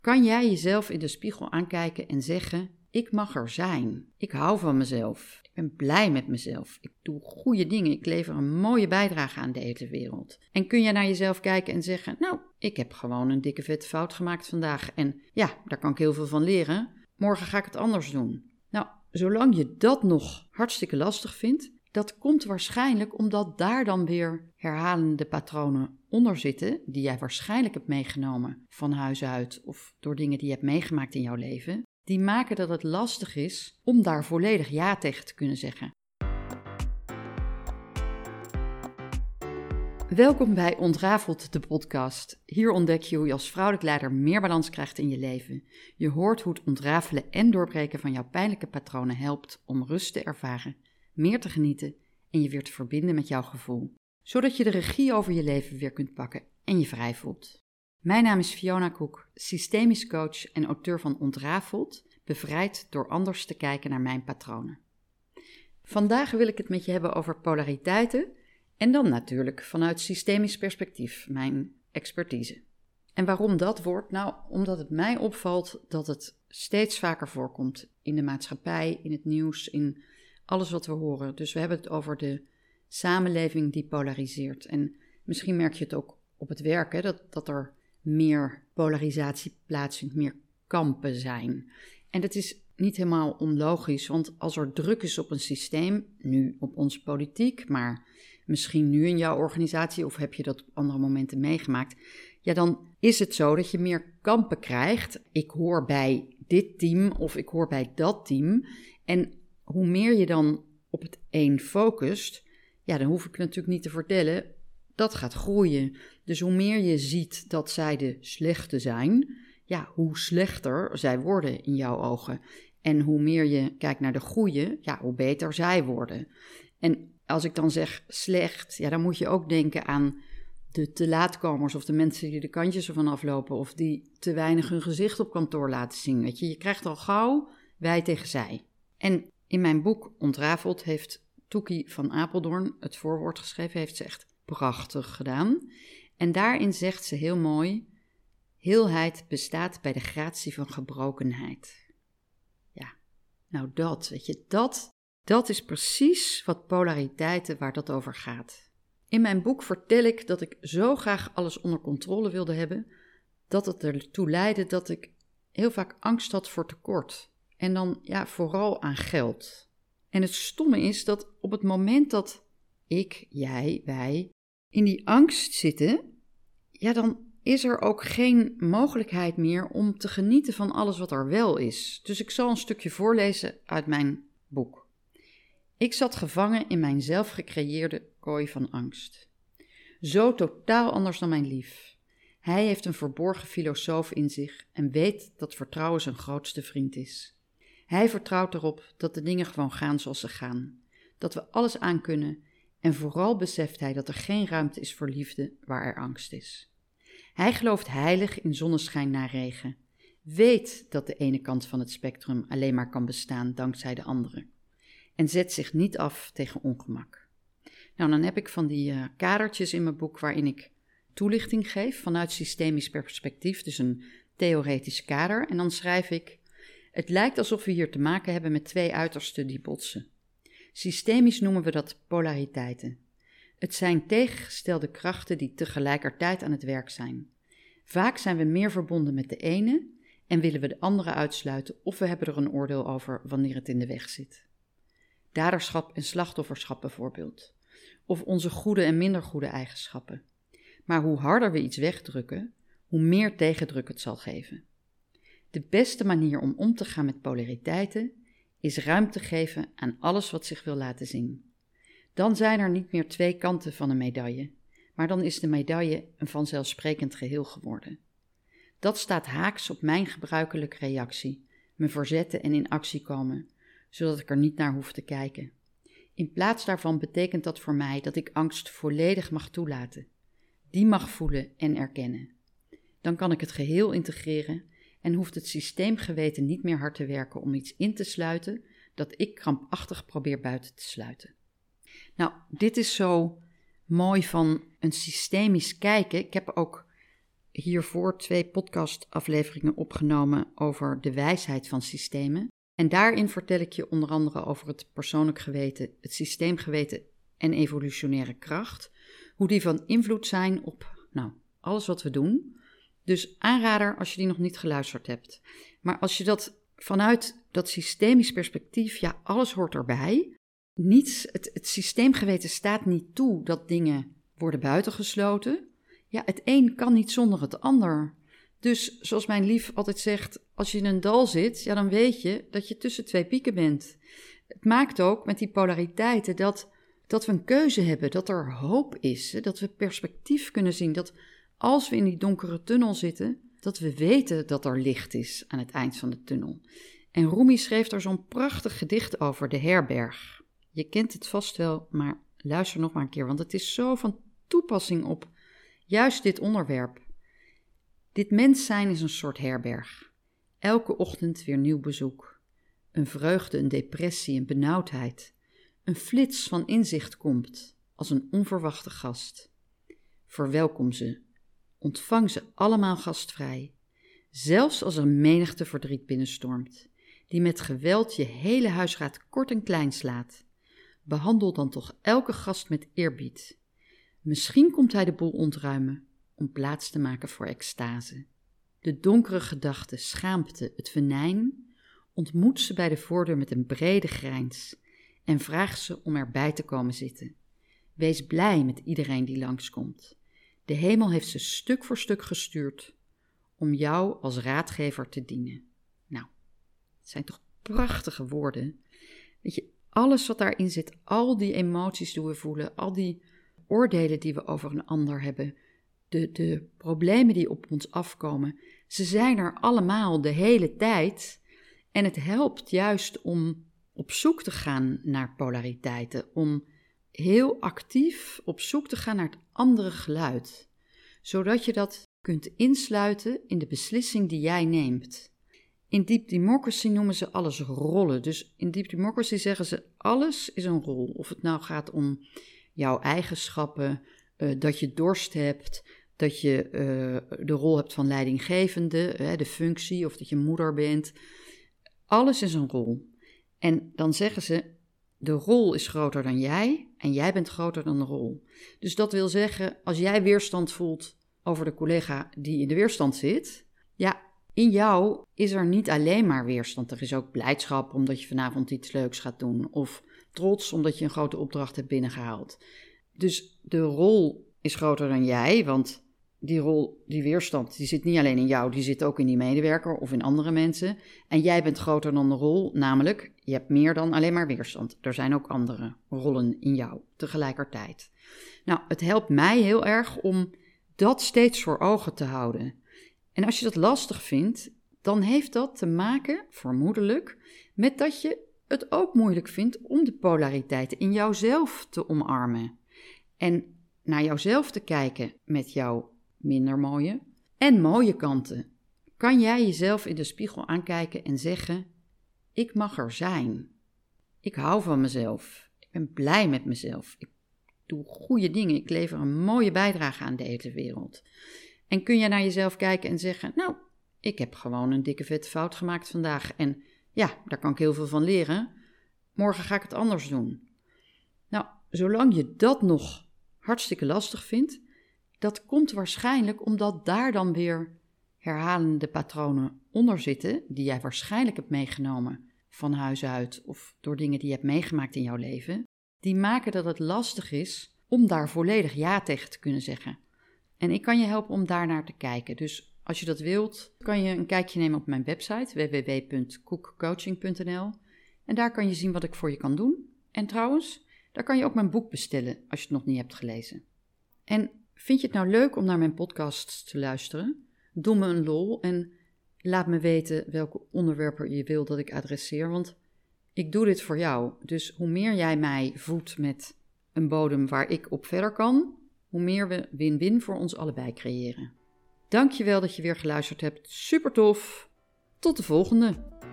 Kan jij jezelf in de spiegel aankijken en zeggen: ik mag er zijn. Ik hou van mezelf. Ik ben blij met mezelf. Ik doe goede dingen. Ik lever een mooie bijdrage aan deze wereld. En kun je naar jezelf kijken en zeggen: nou, ik heb gewoon een dikke vette fout gemaakt vandaag. En ja, daar kan ik heel veel van leren. Morgen ga ik het anders doen. Nou, zolang je dat nog hartstikke lastig vindt, dat komt waarschijnlijk omdat daar dan weer herhalende patronen onder zitten, die jij waarschijnlijk hebt meegenomen van huis uit of door dingen die je hebt meegemaakt in jouw leven, die maken dat het lastig is om daar volledig ja tegen te kunnen zeggen. Welkom bij Ontrafeld, de podcast. Hier ontdek je hoe je als vrouwelijk leider meer balans krijgt in je leven. Je hoort hoe het ontrafelen en doorbreken van jouw pijnlijke patronen helpt om rust te ervaren, meer te genieten en je weer te verbinden met jouw gevoel. Zodat je de regie over je leven weer kunt pakken en je vrij voelt. Mijn naam is Fiona Koek, systemisch coach en auteur van Ontrafeld, bevrijd door anders te kijken naar mijn patronen. Vandaag wil ik het met je hebben over polariteiten en dan natuurlijk vanuit systemisch perspectief, mijn expertise. En waarom dat woord? Nou, omdat het mij opvalt dat het steeds vaker voorkomt in de maatschappij, in het nieuws, in alles wat we horen. Dus we hebben het over de samenleving die polariseert. En misschien merk je het ook op het werk, hè, dat er meer polarisatie plaatsvindt, meer kampen zijn. En dat is niet helemaal onlogisch, want als er druk is op een systeem, nu op onze politiek, maar misschien nu in jouw organisatie of heb je dat op andere momenten meegemaakt, ja, dan is het zo dat je meer kampen krijgt. Ik hoor bij dit team of ik hoor bij dat team. En hoe meer je dan op het een focust, ja, dan hoef ik natuurlijk niet te vertellen, dat gaat groeien. Dus hoe meer je ziet dat zij de slechte zijn, ja, hoe slechter zij worden in jouw ogen. En hoe meer je kijkt naar de goeie, ja, hoe beter zij worden. En als ik dan zeg slecht, ja, dan moet je ook denken aan de te laatkomers of de mensen die de kantjes ervan aflopen of die te weinig hun gezicht op kantoor laten zien. Weet je krijgt al gauw wij tegen zij. En in mijn boek Ontrafeld heeft Toekie van Apeldoorn het voorwoord geschreven, heeft ze echt prachtig gedaan. En daarin zegt ze heel mooi: heelheid bestaat bij de gratie van gebrokenheid. Ja, nou dat, weet je, dat is precies wat polariteiten, waar dat over gaat. In mijn boek vertel ik dat ik zo graag alles onder controle wilde hebben, dat het ertoe leidde dat ik heel vaak angst had voor tekort. En dan ja, vooral aan geld. En het stomme is dat op het moment dat ik, jij, wij in die angst zitten, ja, dan is er ook geen mogelijkheid meer om te genieten van alles wat er wel is. Dus ik zal een stukje voorlezen uit mijn boek. Ik zat gevangen in mijn zelf gecreëerde kooi van angst. Zo totaal anders dan mijn lief. Hij heeft een verborgen filosoof in zich en weet dat vertrouwen zijn grootste vriend is. Hij vertrouwt erop dat de dingen gewoon gaan zoals ze gaan. Dat we alles aankunnen en vooral beseft hij dat er geen ruimte is voor liefde waar er angst is. Hij gelooft heilig in zonneschijn na regen. Weet dat de ene kant van het spectrum alleen maar kan bestaan dankzij de andere. En zet zich niet af tegen ongemak. Nou, dan heb ik van die kadertjes in mijn boek waarin ik toelichting geef vanuit systemisch perspectief, dus een theoretisch kader. En dan schrijf ik: het lijkt alsof we hier te maken hebben met twee uitersten die botsen. Systemisch noemen we dat polariteiten. Het zijn tegengestelde krachten die tegelijkertijd aan het werk zijn. Vaak zijn we meer verbonden met de ene en willen we de andere uitsluiten of we hebben er een oordeel over wanneer het in de weg zit. Daderschap en slachtofferschap bijvoorbeeld. Of onze goede en minder goede eigenschappen. Maar hoe harder we iets wegdrukken, hoe meer tegendruk het zal geven. De beste manier om te gaan met polariteiten is ruimte geven aan alles wat zich wil laten zien. Dan zijn er niet meer twee kanten van een medaille, maar dan is de medaille een vanzelfsprekend geheel geworden. Dat staat haaks op mijn gebruikelijke reactie, me verzetten en in actie komen, zodat ik er niet naar hoef te kijken. In plaats daarvan betekent dat voor mij dat ik angst volledig mag toelaten. Die mag voelen en erkennen. Dan kan ik het geheel integreren en hoeft het systeemgeweten niet meer hard te werken om iets in te sluiten dat ik krampachtig probeer buiten te sluiten. Nou, dit is zo mooi van een systemisch kijken. Ik heb ook hiervoor 2 podcastafleveringen opgenomen over de wijsheid van systemen. En daarin vertel ik je onder andere over het persoonlijk geweten, het systeemgeweten en evolutionaire kracht. Hoe die van invloed zijn op alles wat we doen. Dus aanrader als je die nog niet geluisterd hebt. Maar als je dat vanuit dat systemisch perspectief, alles hoort erbij. Het systeemgeweten staat niet toe dat dingen worden buitengesloten. Het een kan niet zonder het ander. Dus zoals mijn lief altijd zegt, als je in een dal zit, dan weet je dat je tussen 2 pieken bent. Het maakt ook met die polariteiten dat we een keuze hebben, dat er hoop is, dat we perspectief kunnen zien, dat als we in die donkere tunnel zitten, dat we weten dat er licht is aan het eind van de tunnel. En Rumi schreef daar zo'n prachtig gedicht over, De Herberg. Je kent het vast wel, maar luister nog maar een keer, want het is zo van toepassing op juist dit onderwerp. Dit mens zijn is een soort herberg. Elke ochtend weer nieuw bezoek. Een vreugde, een depressie, een benauwdheid. Een flits van inzicht komt als een onverwachte gast. Verwelkom ze. Ontvang ze allemaal gastvrij. Zelfs als er menigte verdriet binnenstormt, die met geweld je hele huisraad kort en klein slaat. Behandel dan toch elke gast met eerbied. Misschien komt hij de boel ontruimen om plaats te maken voor extase. De donkere gedachten, schaamte, het venijn, ontmoet ze bij de voordeur met een brede grijns en vraag ze om erbij te komen zitten. Wees blij met iedereen die langskomt. De hemel heeft ze stuk voor stuk gestuurd om jou als raadgever te dienen. Het zijn toch prachtige woorden. Weet je, alles wat daarin zit, al die emoties die we voelen, al die oordelen die we over een ander hebben, de problemen die op ons afkomen, ze zijn er allemaal de hele tijd. En het helpt juist om op zoek te gaan naar polariteiten, om heel actief op zoek te gaan naar het andere geluid, zodat je dat kunt insluiten in de beslissing die jij neemt. In Deep Democracy noemen ze alles rollen. Dus in Deep Democracy zeggen ze alles is een rol. Of het nou gaat om jouw eigenschappen, dat je dorst hebt, dat je de rol hebt van leidinggevende, de functie of dat je moeder bent. Alles is een rol. En dan zeggen ze, de rol is groter dan jij en jij bent groter dan de rol. Dus dat wil zeggen, als jij weerstand voelt over de collega die in de weerstand zit, in jou is er niet alleen maar weerstand. Er is ook blijdschap omdat je vanavond iets leuks gaat doen. Of trots omdat je een grote opdracht hebt binnengehaald. Dus de rol is groter dan jij, want die weerstand, die zit niet alleen in jou, die zit ook in die medewerker of in andere mensen. En jij bent groter dan de rol, namelijk je hebt meer dan alleen maar weerstand. Er zijn ook andere rollen in jou tegelijkertijd. Het helpt mij heel erg om dat steeds voor ogen te houden. En als je dat lastig vindt, dan heeft dat te maken, vermoedelijk, met dat je het ook moeilijk vindt om de polariteiten in jouzelf te omarmen. En naar jouzelf te kijken met jouw minder mooie en mooie kanten. Kan jij jezelf in de spiegel aankijken en zeggen, ik mag er zijn. Ik hou van mezelf. Ik ben blij met mezelf. Ik doe goede dingen. Ik lever een mooie bijdrage aan deze wereld. En kun je naar jezelf kijken en zeggen, ik heb gewoon een dikke vette fout gemaakt vandaag. En daar kan ik heel veel van leren. Morgen ga ik het anders doen. Zolang je dat nog hartstikke lastig vindt, dat komt waarschijnlijk omdat daar dan weer herhalende patronen onder zitten, die jij waarschijnlijk hebt meegenomen van huis uit of door dingen die je hebt meegemaakt in jouw leven, die maken dat het lastig is om daar volledig ja tegen te kunnen zeggen. En ik kan je helpen om daarnaar te kijken. Dus als je dat wilt, kan je een kijkje nemen op mijn website www.koekcoaching.nl en daar kan je zien wat ik voor je kan doen. En trouwens, daar kan je ook mijn boek bestellen als je het nog niet hebt gelezen. En vind je het nou leuk om naar mijn podcasts te luisteren? Doe me een lol en laat me weten welke onderwerpen je wil dat ik adresseer, want ik doe dit voor jou. Dus hoe meer jij mij voedt met een bodem waar ik op verder kan, hoe meer we win-win voor ons allebei creëren. Dankjewel dat je weer geluisterd hebt. Super tof. Tot de volgende.